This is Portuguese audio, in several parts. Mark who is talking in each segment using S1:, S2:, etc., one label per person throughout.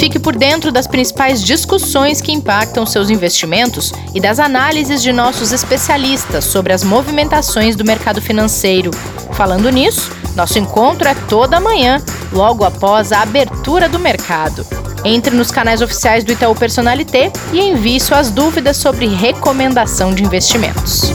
S1: Fique por dentro das principais discussões que impactam seus investimentos e das análises de nossos especialistas sobre as movimentações do mercado financeiro. Falando nisso, nosso encontro é toda manhã, logo após a abertura do mercado. Entre nos canais oficiais do Itaú Personalité e envie suas dúvidas sobre recomendação de investimentos.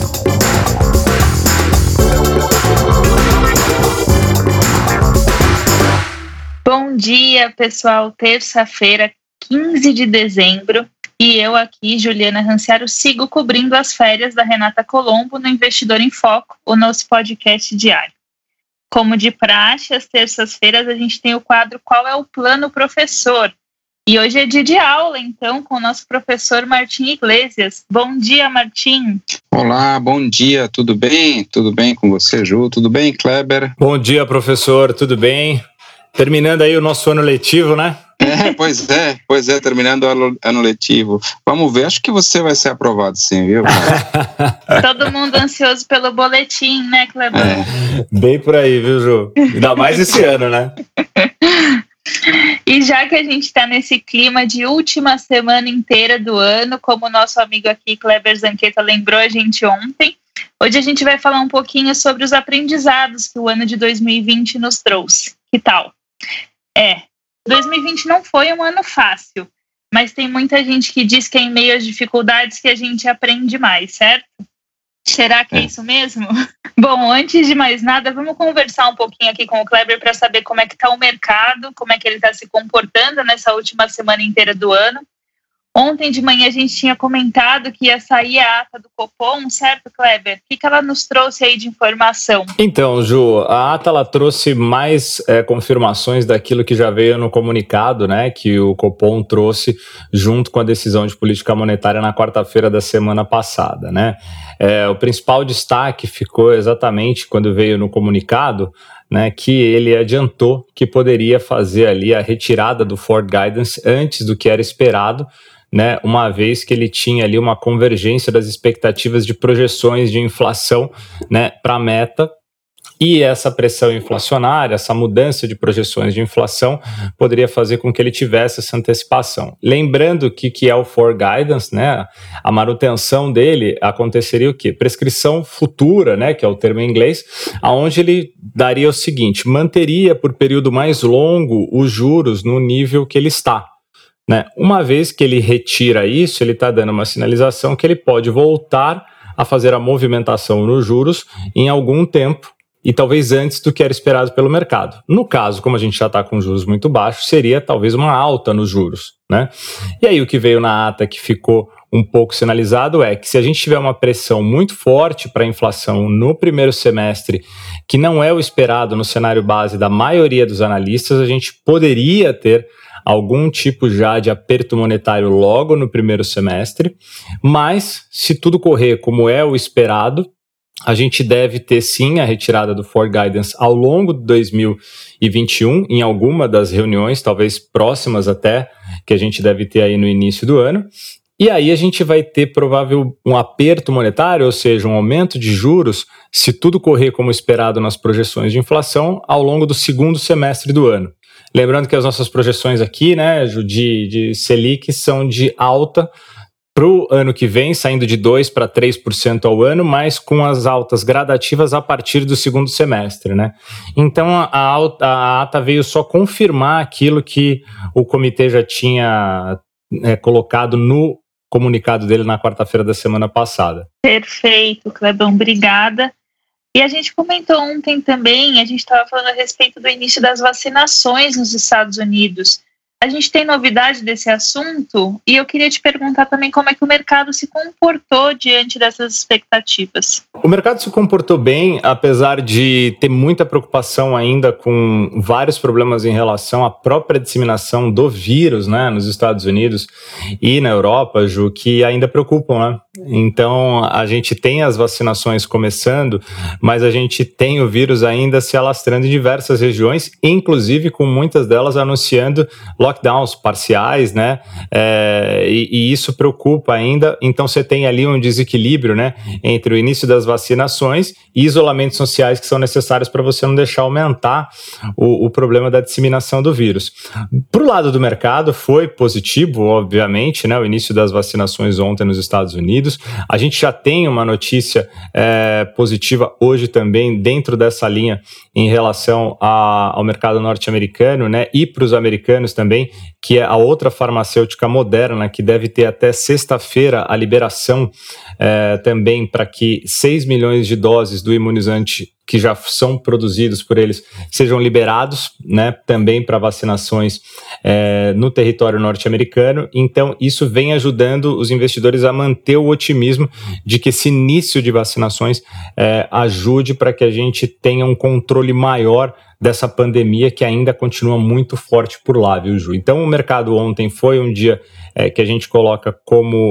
S2: Bom dia, pessoal. Terça-feira, 15 de dezembro. E eu aqui, Juliana Ranciaro, sigo cobrindo as férias da Renata Colombo no Investidor em Foco, o nosso podcast diário. Como de praxe, às terças-feiras a gente tem o quadro Qual é o Plano Professor? E hoje é dia de aula, então, com o nosso professor Martim Iglesias. Bom dia, Martim.
S3: Olá, bom dia, tudo bem? Tudo bem com você, Ju? Tudo bem, Kleber?
S4: Bom dia, professor, tudo bem? Terminando aí o nosso ano letivo, né?
S3: Pois é, terminando o ano letivo. Vamos ver, acho que você vai ser aprovado sim, viu?
S2: Todo mundo ansioso pelo boletim, né, Kleber?
S4: Bem por aí, viu, Ju? Ainda mais esse ano, né?
S2: E já que a gente está nesse clima de última semana inteira do ano, como o nosso amigo aqui, Kleber Zanqueta, lembrou a gente ontem, hoje a gente vai falar um pouquinho sobre os aprendizados que o ano de 2020 nos trouxe. Que tal? 2020 não foi um ano fácil, mas tem muita gente que diz que é em meio às dificuldades que a gente aprende mais, certo? Será que é isso mesmo? Bom, antes de mais nada, vamos conversar um pouquinho aqui com o Kleber para saber como é que está o mercado, como é que ele está se comportando nessa última semana inteira do ano. Ontem de manhã a gente tinha comentado que ia sair a ata do Copom, certo, Kleber? O que ela nos trouxe aí de informação?
S4: Então, Ju, a ata ela trouxe mais confirmações daquilo que já veio no comunicado, né, que o Copom trouxe junto com a decisão de política monetária na quarta-feira da semana passada, né? O principal destaque ficou exatamente quando veio no comunicado, né, que ele adiantou que poderia fazer ali a retirada do Forward Guidance antes do que era esperado, né, uma vez que ele tinha ali uma convergência das expectativas de projeções de inflação, né, para a meta, e essa pressão inflacionária, essa mudança de projeções de inflação poderia fazer com que ele tivesse essa antecipação. Lembrando que é o Forward Guidance, né, a manutenção dele aconteceria o quê? Prescrição futura, né, que é o termo em inglês, aonde ele daria o seguinte, manteria por período mais longo os juros no nível que ele está. Né? Uma vez que ele retira isso, ele está dando uma sinalização que ele pode voltar a fazer a movimentação nos juros em algum tempo e talvez antes do que era esperado pelo mercado. No caso, como a gente já está com juros muito baixos, seria talvez uma alta nos juros. Né? E aí o que veio na ata que ficou um pouco sinalizado é que se a gente tiver uma pressão muito forte para a inflação no primeiro semestre, que não é o esperado no cenário base da maioria dos analistas, a gente poderia ter algum tipo já de aperto monetário logo no primeiro semestre, mas se tudo correr como é o esperado, a gente deve ter sim a retirada do Forward Guidance ao longo de 2021, em alguma das reuniões, talvez próximas até, que a gente deve ter aí no início do ano, e aí a gente vai ter provável um aperto monetário, ou seja, um aumento de juros, se tudo correr como esperado nas projeções de inflação, ao longo do segundo semestre do ano. Lembrando que as nossas projeções aqui, né, de Selic são de alta para o ano que vem, saindo de 2% para 3% ao ano, mas com as altas gradativas a partir do segundo semestre. Né? Então, a ata veio só confirmar aquilo que o comitê já tinha colocado no comunicado dele na quarta-feira da semana passada.
S2: Perfeito, Clebão, obrigada. E a gente comentou ontem também, a gente estava falando a respeito do início das vacinações nos Estados Unidos. A gente tem novidade desse assunto e eu queria te perguntar também como é que o mercado se comportou diante dessas expectativas.
S4: O mercado se comportou bem, apesar de ter muita preocupação ainda com vários problemas em relação à própria disseminação do vírus, né, nos Estados Unidos e na Europa, Ju, que ainda preocupam, né? Então, a gente tem as vacinações começando, mas a gente tem o vírus ainda se alastrando em diversas regiões, inclusive com muitas delas anunciando lockdowns parciais, né? E isso preocupa ainda. Então, você tem ali um desequilíbrio, né, entre o início das vacinações e isolamentos sociais que são necessários para você não deixar aumentar o problema da disseminação do vírus. Para o lado do mercado, foi positivo, obviamente, né, o início das vacinações ontem nos Estados Unidos. A gente já tem uma notícia positiva hoje também dentro dessa linha em relação ao mercado norte-americano, né, e para os americanos também, que é a outra farmacêutica Moderna, que deve ter até sexta-feira a liberação também para que 6 milhões de doses do imunizante que já são produzidos por eles sejam liberados, né, também para vacinações no território norte-americano. Então, isso vem ajudando os investidores a manter o otimismo de que esse início de vacinações ajude para que a gente tenha um controle maior dessa pandemia que ainda continua muito forte por lá, viu, Ju? Então, o mercado ontem foi um dia que a gente coloca como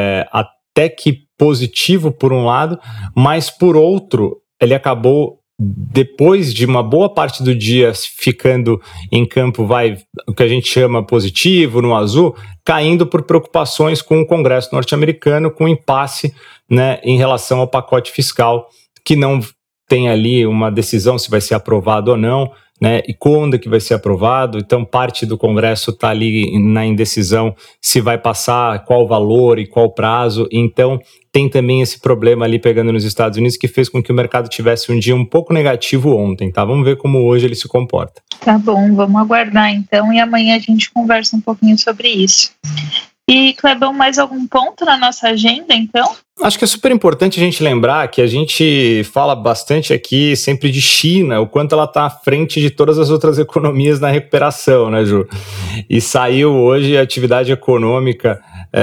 S4: até que positivo por um lado, mas por outro, ele acabou, depois de uma boa parte do dia ficando em campo, o que a gente chama positivo, no azul, caindo por preocupações com o Congresso norte-americano, com impasse, né, em relação ao pacote fiscal, que não tem ali uma decisão se vai ser aprovado ou não, né, e quando que vai ser aprovado. Então, parte do Congresso está ali na indecisão se vai passar, qual valor e qual prazo. Então, tem também esse problema ali pegando nos Estados Unidos que fez com que o mercado tivesse um dia um pouco negativo ontem, tá? Vamos ver como hoje ele se comporta.
S2: Tá bom, vamos aguardar então, e amanhã a gente conversa um pouquinho sobre isso. E, Clebão, mais algum ponto na nossa agenda, então?
S4: Acho que é super importante a gente lembrar que a gente fala bastante aqui sempre de China, o quanto ela está à frente de todas as outras economias na recuperação, né, Ju? E saiu hoje a atividade econômica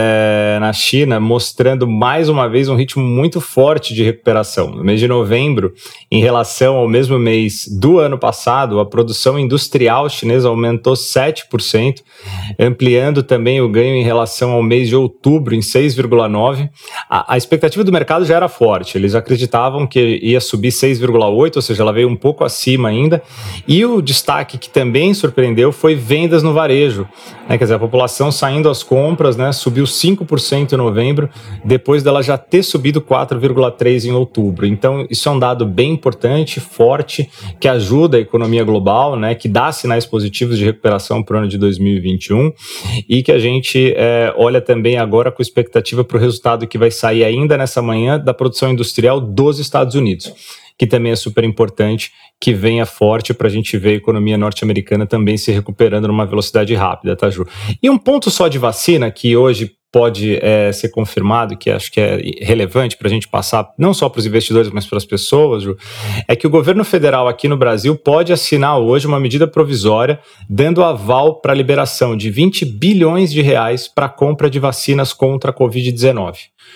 S4: na China, mostrando mais uma vez um ritmo muito forte de recuperação. No mês de novembro, em relação ao mesmo mês do ano passado, a produção industrial chinesa aumentou 7%, ampliando também o ganho em relação ao mês de outubro em 6,9%. A expectativa do mercado já era forte, eles acreditavam que ia subir 6,8%, ou seja, ela veio um pouco acima ainda, e o destaque que também surpreendeu foi vendas no varejo, né? Quer dizer, a população saindo às compras, né, subiu 5% em novembro, depois dela já ter subido 4,3% em outubro. Então, isso é um dado bem importante, forte, que ajuda a economia global, né, que dá sinais positivos de recuperação para o ano de 2021, e que a gente olha também agora com expectativa para o resultado que vai sair ainda nessa manhã da produção industrial dos Estados Unidos, que também é super importante que venha forte para a gente ver a economia norte-americana também se recuperando numa velocidade rápida, tá, Ju? E um ponto só de vacina que hoje pode ser confirmado, que acho que é relevante para a gente passar, não só para os investidores, mas para as pessoas, Ju, é que o governo federal aqui no Brasil pode assinar hoje uma medida provisória dando aval para a liberação de 20 bilhões de reais para a compra de vacinas contra a Covid-19.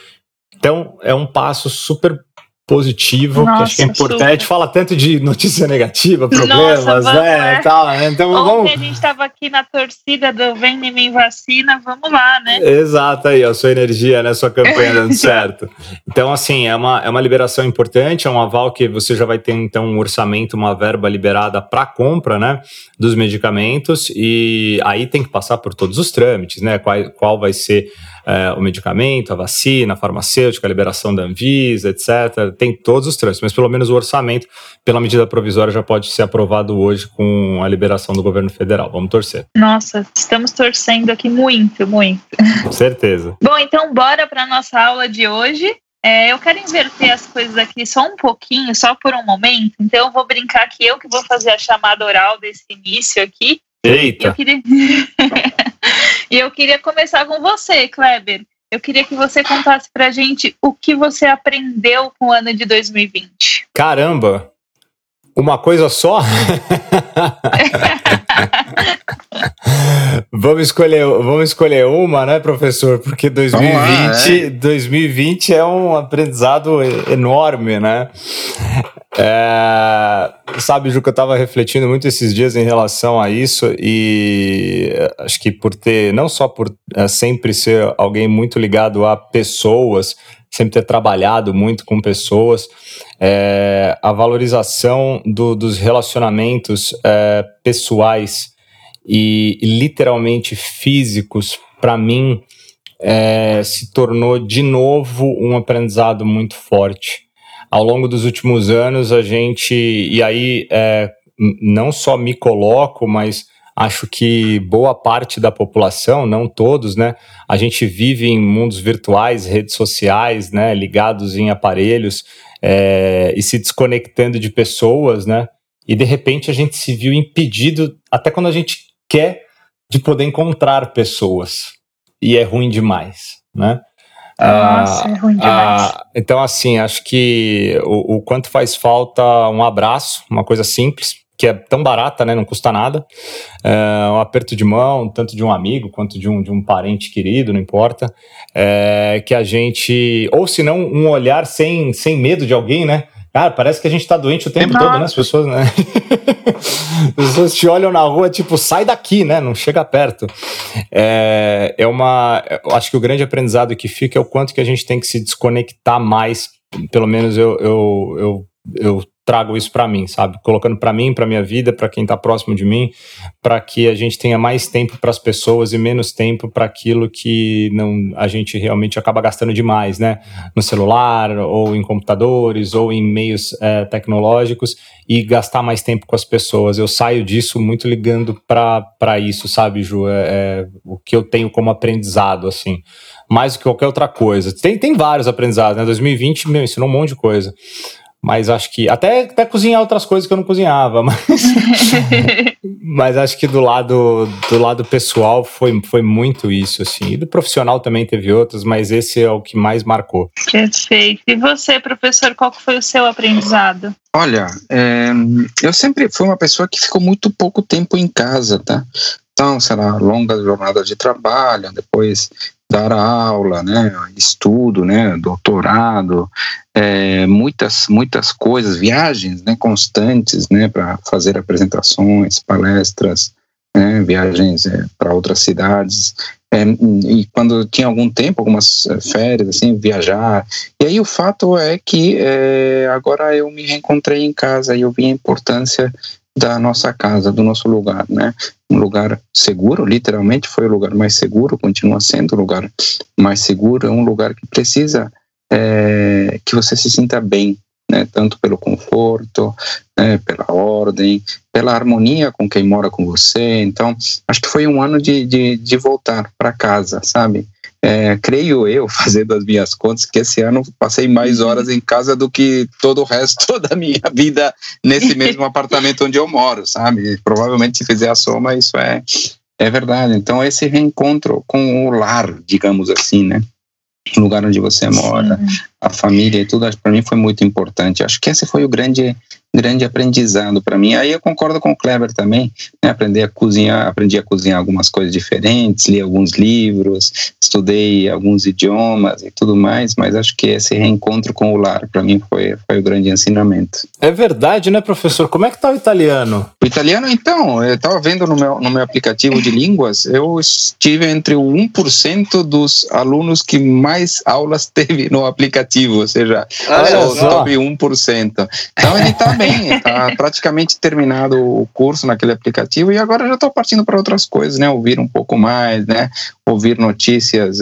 S4: Então, é um passo super positivo, que acho que é importante. A gente fala tanto de notícia negativa, problemas, né? Tal, né? Então,
S2: ontem a gente estava aqui na torcida do Vem em Mim Vacina, vamos lá, né?
S4: Exato, aí, a sua energia, né? Sua campanha dando certo. Então, assim, é uma liberação importante, é um aval que você já vai ter, então, um orçamento, uma verba liberada para compra, né, dos medicamentos, e aí tem que passar por todos os trâmites, né? Qual vai ser o medicamento, a vacina, a farmacêutica, a liberação da Anvisa, etc. Tem todos os trâmites, mas pelo menos o orçamento, pela medida provisória, já pode ser aprovado hoje com a liberação do governo federal. Vamos torcer.
S2: Nossa, estamos torcendo aqui muito, muito.
S4: Com certeza.
S2: Bom, então bora para a nossa aula de hoje. Eu quero inverter as coisas aqui só um pouquinho, só por um momento. Então eu vou brincar que eu que vou fazer a chamada oral desse início aqui.
S4: Eita!
S2: E eu queria começar com você, Kleber. Eu queria que você contasse pra gente o que você aprendeu com o ano de 2020.
S4: Caramba! Uma coisa só? Vamos escolher uma, né, professor? Porque 2020 é um aprendizado enorme, né? Sabe, Ju, que eu estava refletindo muito esses dias em relação a isso, e acho que não só por sempre ser alguém muito ligado a pessoas, sempre ter trabalhado muito com pessoas. A valorização dos relacionamentos pessoais e literalmente físicos, para mim, se tornou de novo um aprendizado muito forte. Ao longo dos últimos anos, a gente, e aí não só me coloco, mas acho que boa parte da população, não todos, né? A gente vive em mundos virtuais, redes sociais, né? Ligados em aparelhos e se desconectando de pessoas, né? E de repente a gente se viu impedido, até quando a gente quer, de poder encontrar pessoas. E é ruim demais, né?
S2: Nossa, é ruim demais.
S4: Então, assim, acho que o quanto faz falta um abraço, uma coisa simples, que é tão barata, né? Não custa nada. Um aperto de mão, tanto de um amigo quanto de um parente querido, não importa. Que a gente... Ou se não, um olhar sem medo de alguém, né? Cara, parece que a gente tá doente o tempo todo, né? As pessoas, né? As pessoas te olham na rua, tipo, sai daqui, né? Não chega perto. Eu acho que o grande aprendizado que fica é o quanto que a gente tem que se desconectar mais. Pelo menos eu trago isso para mim, sabe? Colocando para mim, para minha vida, para quem tá próximo de mim, para que a gente tenha mais tempo para as pessoas e menos tempo para aquilo que a gente realmente acaba gastando demais, né? No celular, ou em computadores, ou em meios tecnológicos, e gastar mais tempo com as pessoas. Eu saio disso muito ligando para isso, sabe, Ju? O que eu tenho como aprendizado, assim, mais do que qualquer outra coisa. Tem vários aprendizados, né? 2020 me ensinou um monte de coisa. Mas acho que... Até cozinhar outras coisas que eu não cozinhava. Mas acho que do lado pessoal foi muito isso, assim. E do profissional também teve outras, mas esse é o que mais marcou.
S2: Perfeito. E você, professor, qual que foi o seu aprendizado?
S3: Olha, eu sempre fui uma pessoa que ficou muito pouco tempo em casa, tá? Então, sei lá, longas jornadas de trabalho, depois dar aula, né, estudo, né, doutorado, muitas coisas, viagens, né, constantes, né, para fazer apresentações, palestras, né, viagens para outras cidades, e quando tinha algum tempo, algumas férias, assim, viajar. E aí o fato é que agora eu me reencontrei em casa e eu vi a importância da nossa casa, do nosso lugar, né? Um lugar seguro, literalmente foi o lugar mais seguro, continua sendo o lugar mais seguro, é um lugar que precisa que você se sinta bem, né? Tanto pelo conforto, né? Pela ordem, pela harmonia com quem mora com você. Então, acho que foi um ano de voltar para casa, sabe? Creio eu, fazendo as minhas contas, que esse ano passei mais horas em casa do que todo o resto da minha vida nesse mesmo apartamento onde eu moro, sabe? Provavelmente, se fizer a soma, isso é verdade. Então, esse reencontro com o lar, digamos assim, né? O lugar onde você mora, a família e tudo, para mim foi muito importante. Acho que esse foi o grande aprendizado para mim. Aí eu concordo com o Kleber também, né? Aprendi a cozinhar algumas coisas diferentes, li alguns livros, estudei alguns idiomas e tudo mais, mas acho que esse reencontro com o lar, para mim, foi o grande ensinamento.
S4: É verdade, né, professor? Como é que tá o italiano?
S3: O italiano, então, eu estava vendo no meu aplicativo de línguas, eu estive entre o 1% dos alunos que mais aulas teve no aplicativo, ou seja, o top 1%. Então ele está bem, está praticamente terminado o curso naquele aplicativo e agora já estou partindo para outras coisas, né? Ouvir um pouco mais, né? Ouvir notícias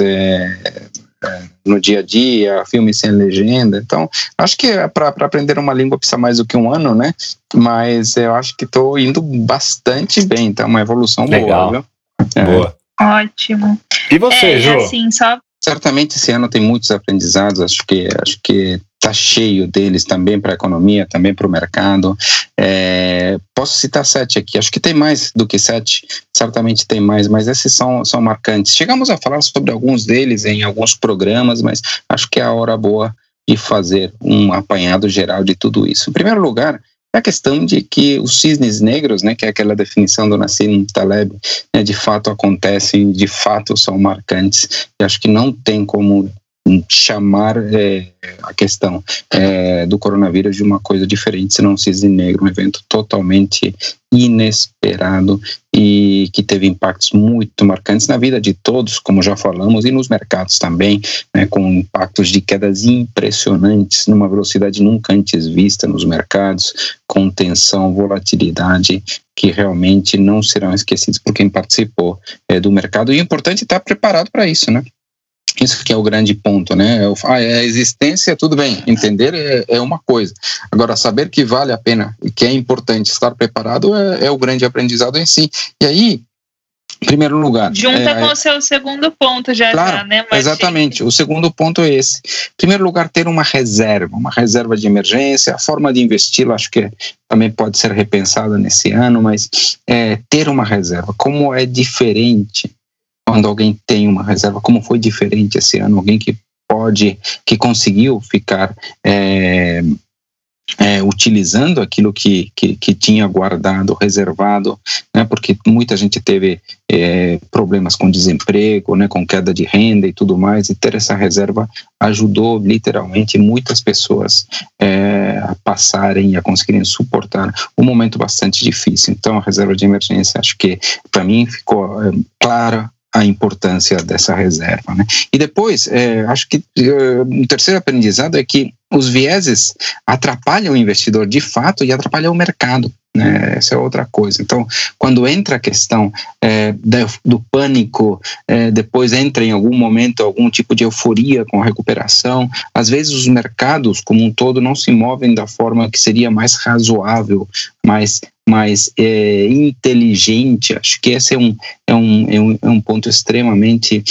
S3: no dia a dia, filmes sem legenda. Então, acho que para aprender uma língua precisa mais do que um ano, né? Mas eu acho que estou indo bastante bem, então uma evolução boa, viu?
S4: Boa.
S2: Ótimo.
S4: E você, Ju?
S2: Assim, só...
S3: Certamente esse ano tem muitos aprendizados, acho que está cheio deles também para a economia, também para o mercado. Posso citar 7 aqui, acho que tem mais do que 7, certamente tem mais, mas esses são marcantes. Chegamos a falar sobre alguns deles em alguns programas, mas acho que é a hora boa de fazer um apanhado geral de tudo isso. Em primeiro lugar, é a questão de que os cisnes negros, né, que é aquela definição do Nassim Taleb, né, de fato acontecem, de fato são marcantes. E acho que não tem como chamar a questão do coronavírus de uma coisa diferente, senão um cisne negro, um evento totalmente inesperado e que teve impactos muito marcantes na vida de todos, como já falamos, e nos mercados também, né, com impactos de quedas impressionantes, numa velocidade nunca antes vista nos mercados, com tensão, volatilidade, que realmente não serão esquecidos por quem participou do mercado. E é importante estar preparado para isso, né? Isso que é o grande ponto, né? A existência, tudo bem, entender é uma coisa. Agora, saber que vale a pena e que é importante estar preparado é o grande aprendizado em si. E aí, em primeiro lugar...
S2: Junta com o seu segundo ponto
S3: claro,
S2: né, Martim?
S3: Exatamente, o segundo ponto é esse. Em primeiro lugar, ter uma reserva de emergência, a forma de investi-la acho que também pode ser repensada nesse ano, mas ter uma reserva, como é diferente quando alguém tem uma reserva, como foi diferente esse ano, alguém que conseguiu ficar utilizando aquilo que tinha guardado, reservado, né, porque muita gente teve problemas com desemprego, né, com queda de renda e tudo mais, e ter essa reserva ajudou literalmente muitas pessoas a passarem e a conseguirem suportar um momento bastante difícil. Então a reserva de emergência, acho que para mim ficou clara a importância dessa reserva, né? E depois, acho que um terceiro aprendizado é que os vieses atrapalham o investidor de fato e atrapalham o mercado, né? Essa é outra coisa. Então, quando entra a questão do pânico, depois entra em algum momento algum tipo de euforia com a recuperação, às vezes os mercados como um todo não se movem da forma que seria mais razoável, mais inteligente. Acho que esse é um ponto extremamente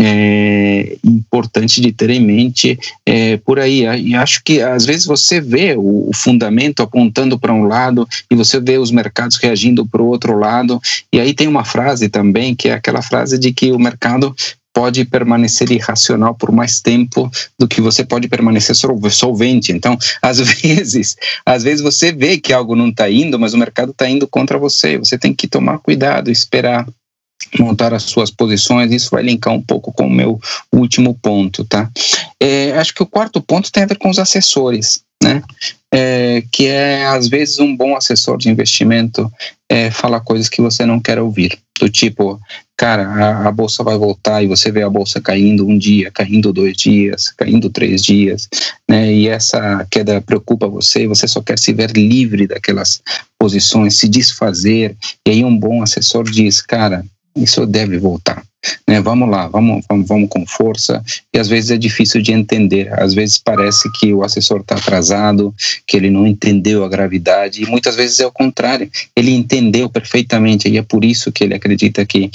S3: importante de ter em mente por aí. E acho que às vezes você vê o fundamento apontando para um lado e você vê os mercados reagindo para o outro lado, e aí tem uma frase também que é aquela frase de que o mercado pode permanecer irracional por mais tempo do que você pode permanecer solvente. Então, às vezes você vê que algo não está indo, mas o mercado está indo contra você. Você tem que tomar cuidado, esperar, montar as suas posições. Isso vai linkar um pouco com o meu último ponto, tá? Acho que o quarto ponto tem a ver com os assessores, né? Que às vezes um bom assessor de investimento fala coisas que você não quer ouvir, do tipo, cara, a bolsa vai voltar, e você vê a bolsa caindo um dia, caindo 2 dias, caindo 3 dias, né? E essa queda preocupa você, e você só quer se ver livre daquelas posições, se desfazer, e aí um bom assessor diz, cara, isso deve voltar, né? Vamos lá, vamos com força. E às vezes é difícil de entender, às vezes parece que o assessor está atrasado, que ele não entendeu a gravidade, e muitas vezes é o contrário, ele entendeu perfeitamente, e é por isso que ele acredita que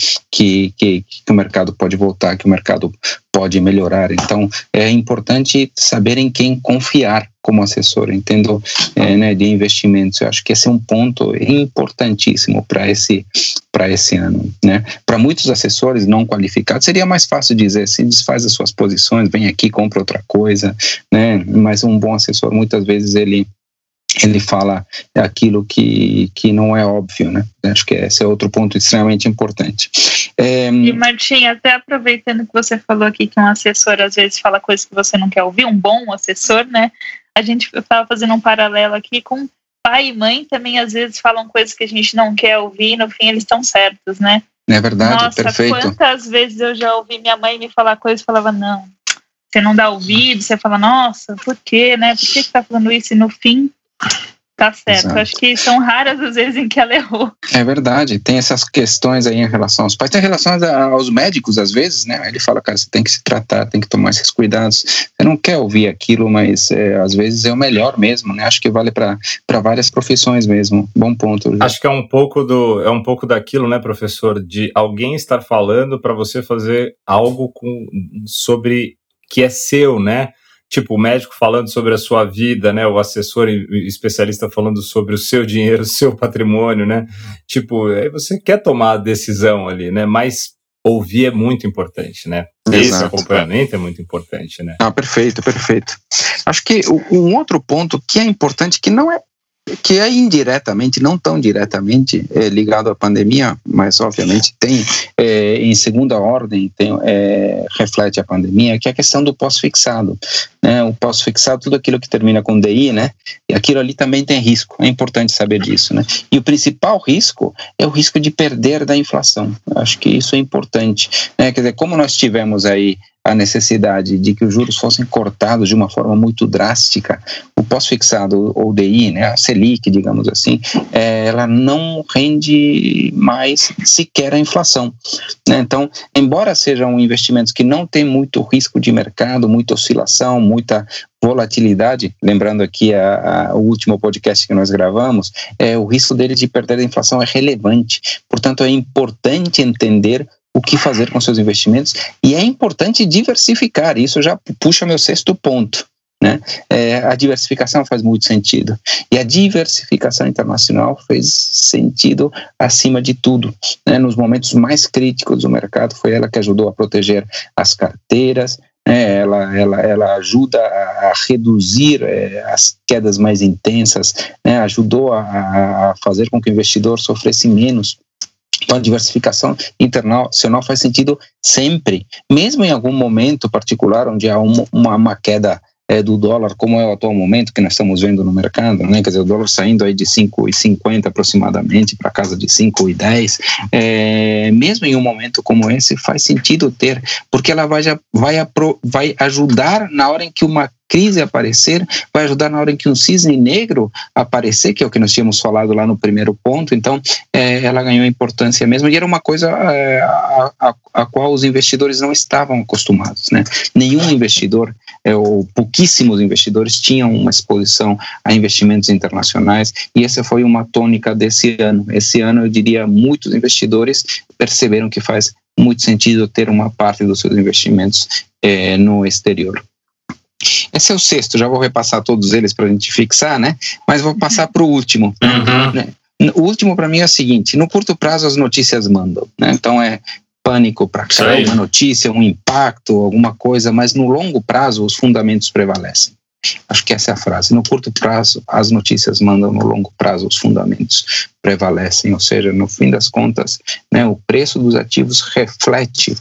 S3: o mercado pode voltar, que o mercado pode melhorar. Então é importante saber em quem confiar como assessor, entendo, né, de investimentos. Eu acho que esse é um ponto importantíssimo para esse ano, né? Para muitos assessores não qualificados seria mais fácil dizer assim, desfaz as suas posições, vem aqui, compra outra coisa, né? Mas um bom assessor muitas vezes ele fala aquilo que não é óbvio, né? Acho que esse é outro ponto extremamente importante.
S2: E Martim, até aproveitando que você falou aqui que um assessor às vezes fala coisas que você não quer ouvir, um bom assessor, né? A gente estava fazendo um paralelo aqui com pai e mãe, também às vezes falam coisas que a gente não quer ouvir, e no fim eles estão certos, né?
S3: É verdade,
S2: nossa,
S3: perfeito.
S2: Quantas vezes eu já ouvi minha mãe me falar coisas e falava, não, você não dá ouvido, você fala, nossa, por quê, né? Por que você tá falando isso? E no fim, tá certo.
S3: Exato.
S2: Acho que são raras as vezes em que ela errou.
S3: É verdade, tem essas questões aí em relação aos pais, tem relação aos médicos às vezes, né? Ele fala, cara, você tem que se tratar, tem que tomar esses cuidados. Você não quer ouvir aquilo, mas às vezes é o melhor mesmo, né? Acho que vale para várias profissões mesmo. Bom ponto.
S4: Acho que é um pouco daquilo, né, professor, de alguém estar falando para você fazer algo sobre que é seu, né? Tipo, o médico falando sobre a sua vida, né? O assessor e especialista falando sobre o seu dinheiro, o seu patrimônio, né? Tipo, aí você quer tomar a decisão ali, né? Mas ouvir é muito importante, né? Esse acompanhamento é muito importante, né?
S3: Perfeito. Acho que um outro ponto que é importante, que não é que é indiretamente, não tão diretamente ligado à pandemia, mas obviamente tem em segunda ordem, reflete a pandemia, que é a questão do pós-fixado, né? O pós-fixado, tudo aquilo que termina com DI, né? E aquilo ali também tem risco, é importante saber disso, né? E o principal risco é o risco de perder da inflação. Eu acho que isso é importante, né? Quer dizer, como nós tivemos aí a necessidade de que os juros fossem cortados de uma forma muito drástica, o pós-fixado ou DI, né, a Selic, digamos assim, ela não rende mais sequer a inflação, né? Então, embora sejam investimentos que não têm muito risco de mercado, muita oscilação, muita volatilidade, lembrando aqui o último podcast que nós gravamos, o risco dele de perder a inflação é relevante, portanto é importante entender o que fazer com seus investimentos e é importante diversificar. Isso já puxa meu sexto ponto, né? A diversificação faz muito sentido e a diversificação internacional fez sentido acima de tudo, né? Nos momentos mais críticos do mercado foi ela que ajudou a proteger as carteiras, né? Ela ajuda a reduzir as quedas mais intensas, né? Ajudou a fazer com que o investidor sofresse menos. Então, a diversificação internacional faz sentido sempre, mesmo em algum momento particular onde há uma queda do dólar, como é o atual momento que nós estamos vendo no mercado, né? Quer dizer, o dólar saindo aí de 5,50 aproximadamente para casa de 5,10, mesmo em um momento como esse faz sentido ter, porque ela vai ajudar na hora em que uma crise aparecer, vai ajudar na hora em que um cisne negro aparecer, que é o que nós tínhamos falado lá no primeiro ponto. Então ela ganhou importância mesmo, e era uma coisa a qual os investidores não estavam acostumados, né? Nenhum investidor, ou pouquíssimos investidores tinham uma exposição a investimentos internacionais, e essa foi uma tônica desse ano. Esse ano, eu diria, muitos investidores perceberam que faz muito sentido ter uma parte dos seus investimentos no exterior. Esse é o sexto, já vou repassar todos eles para a gente fixar, né? Mas vou passar para o último. Né? O último para mim é o seguinte: no curto prazo as notícias mandam, né? Então pânico para cá, uma notícia, um impacto, alguma coisa, mas no longo prazo os fundamentos prevalecem. Acho que essa é a frase. No curto prazo as notícias mandam, no longo prazo os fundamentos prevalecem, ou seja, no fim das contas, né, o preço dos ativos reflete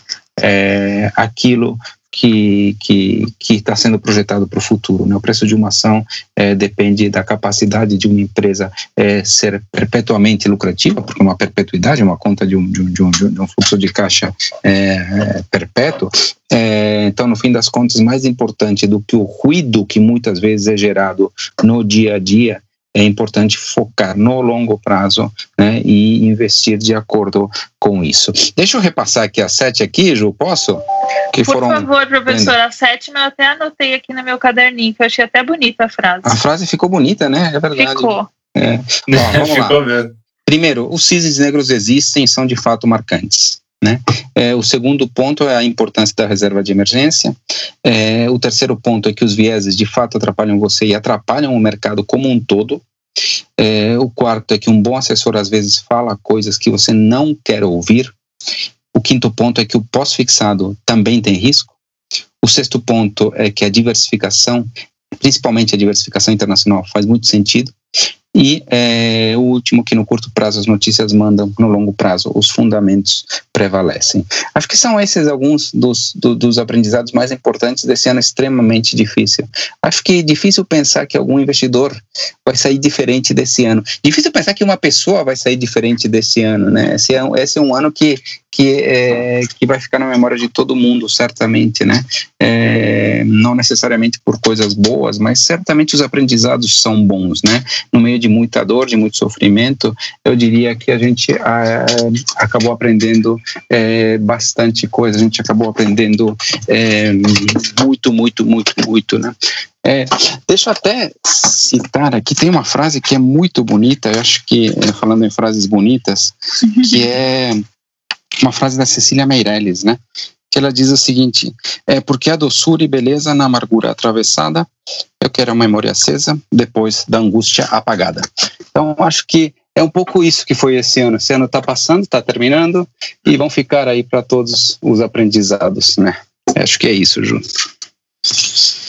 S3: aquilo que está sendo projetado para o futuro, né? O preço de uma ação depende da capacidade de uma empresa ser perpetuamente lucrativa, porque uma perpetuidade é uma conta de um fluxo de caixa perpétuo. Então, no fim das contas, mais importante do que o ruído que muitas vezes é gerado no dia a dia, é importante focar no longo prazo, né, e investir de acordo com isso. Deixa eu repassar aqui as 7 aqui, Ju, posso?
S2: Por favor, professor, a 7 eu até anotei aqui no meu caderninho, que eu achei até bonita a frase.
S3: A frase ficou bonita, né? É verdade.
S2: Ficou.
S3: Ó, vamos ficou lá. Mesmo. Primeiro, os cisnes negros existem e são de fato marcantes, né? O segundo ponto é a importância da reserva de emergência. O terceiro ponto é que os vieses de fato atrapalham você e atrapalham o mercado como um todo. O quarto é que um bom assessor às vezes fala coisas que você não quer ouvir. O quinto ponto é que o pós-fixado também tem risco. O sexto ponto é que a diversificação, principalmente a diversificação internacional, faz muito sentido. E o último, que no curto prazo as notícias mandam, no longo prazo os fundamentos prevalecem. Acho que são esses alguns dos aprendizados mais importantes desse ano extremamente difícil. Acho que é difícil pensar que algum investidor vai sair diferente desse ano. Difícil pensar que uma pessoa vai sair diferente desse ano, né? Esse é um ano que vai ficar na memória de todo mundo, certamente, né? Não necessariamente por coisas boas, mas certamente os aprendizados são bons, né? No meio de muita dor, de muito sofrimento, eu diria que a gente acabou aprendendo bastante coisa, a gente acabou aprendendo muito, né? Deixa eu até citar aqui, tem uma frase que é muito bonita, eu acho que, falando em frases bonitas, que é uma frase da Cecília Meirelles, né? Que ela diz o seguinte: porque a doçura e beleza na amargura atravessada, eu quero a memória acesa depois da angústia apagada. Então, acho que é um pouco isso que foi esse ano. Esse ano está passando, está terminando, e vão ficar aí para todos os aprendizados, né? Acho que é isso, Ju.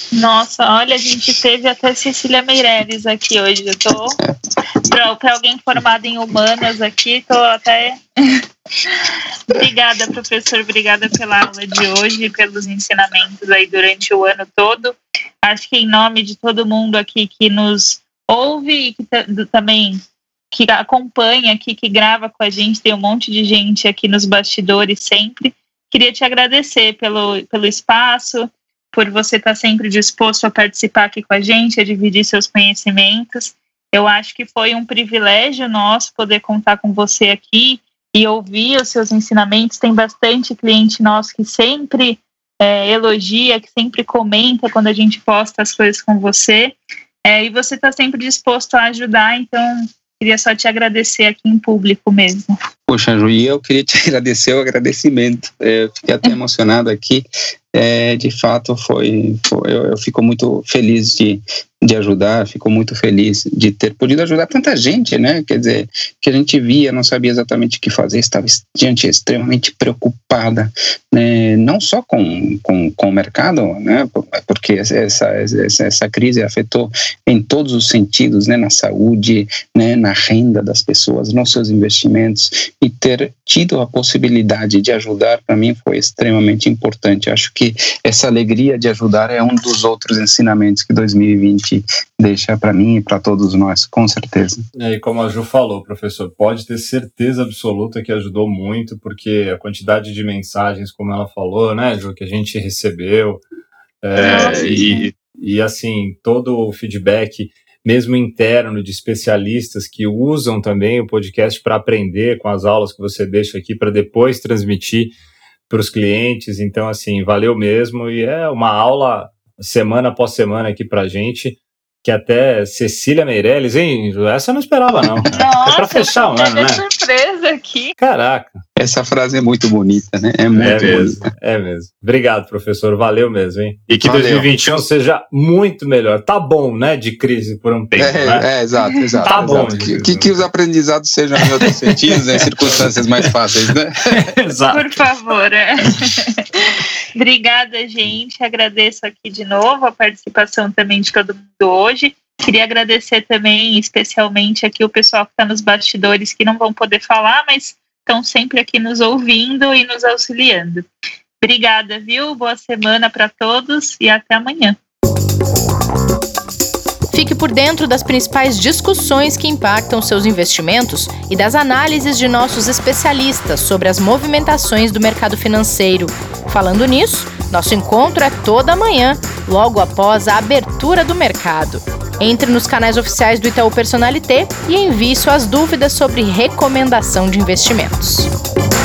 S2: Nossa, olha, a gente teve até Cecília Meirelles aqui hoje. Eu tô para alguém formado em humanas aqui, tô até obrigada, professor, obrigada pela aula de hoje e pelos ensinamentos aí durante o ano todo. Acho que em nome de todo mundo aqui que nos ouve e que também que acompanha aqui, que grava com a gente, tem um monte de gente aqui nos bastidores sempre. Queria te agradecer pelo espaço, por você estar sempre disposto a participar aqui com a gente, a dividir seus conhecimentos. Eu acho que foi um privilégio nosso poder contar com você aqui e ouvir os seus ensinamentos. Tem bastante cliente nosso que sempre elogia, que sempre comenta quando a gente posta as coisas com você. E você está sempre disposto a ajudar, então queria só te agradecer aqui em público mesmo.
S3: Poxa, Ju, e eu queria te agradecer o agradecimento. Fiquei até emocionado aqui. De fato, eu fico muito feliz de ajudar, fico muito feliz de ter podido ajudar tanta gente, né? Quer dizer, que a gente via, não sabia exatamente o que fazer, estava gente extremamente preocupada, né? Não só com o mercado, né? Porque essa crise afetou em todos os sentidos, né? Na saúde, né? Na renda das pessoas, nos seus investimentos, e ter tido a possibilidade de ajudar, para mim, foi extremamente importante. Acho que essa alegria de ajudar é um dos outros ensinamentos que 2020 deixa para mim e para todos nós, com certeza.
S4: E como a Ju falou, professor, pode ter certeza absoluta que ajudou muito, porque a quantidade de mensagens, como ela falou, né, Ju, que a gente recebeu, e assim, todo o feedback, mesmo interno, de especialistas que usam também o podcast para aprender com as aulas que você deixa aqui, para depois transmitir para os clientes. Então, assim, valeu mesmo, e é uma aula semana após semana aqui pra gente, que até Cecília Meirelles, hein? Essa eu não esperava, não.
S2: Nossa,
S4: é pra fechar o ano, né?
S2: Surpresa aqui.
S4: Caraca.
S3: Essa frase é muito bonita, né? É muito bonita.
S4: É mesmo. Obrigado, professor. Valeu mesmo, hein? E que
S3: Valeu.
S4: 2021 seja muito melhor. Tá bom, né? De crise por um tempo, né?
S3: Exato.
S4: Tá bom.
S3: Que os aprendizados sejam em outros sentidos, em circunstâncias mais fáceis, né?
S4: Exato.
S2: Por favor. Obrigada, gente. Agradeço aqui de novo a participação também de todo mundo hoje. Queria agradecer também, especialmente aqui, o pessoal que está nos bastidores, que não vão poder falar, mas estão sempre aqui nos ouvindo e nos auxiliando. Obrigada, viu? Boa semana para todos e até amanhã.
S1: Fique por dentro das principais discussões que impactam seus investimentos e das análises de nossos especialistas sobre as movimentações do mercado financeiro. Falando nisso, nosso encontro é toda manhã, logo após a abertura do mercado. Entre nos canais oficiais do Itaú Personalité e envie suas dúvidas sobre recomendação de investimentos.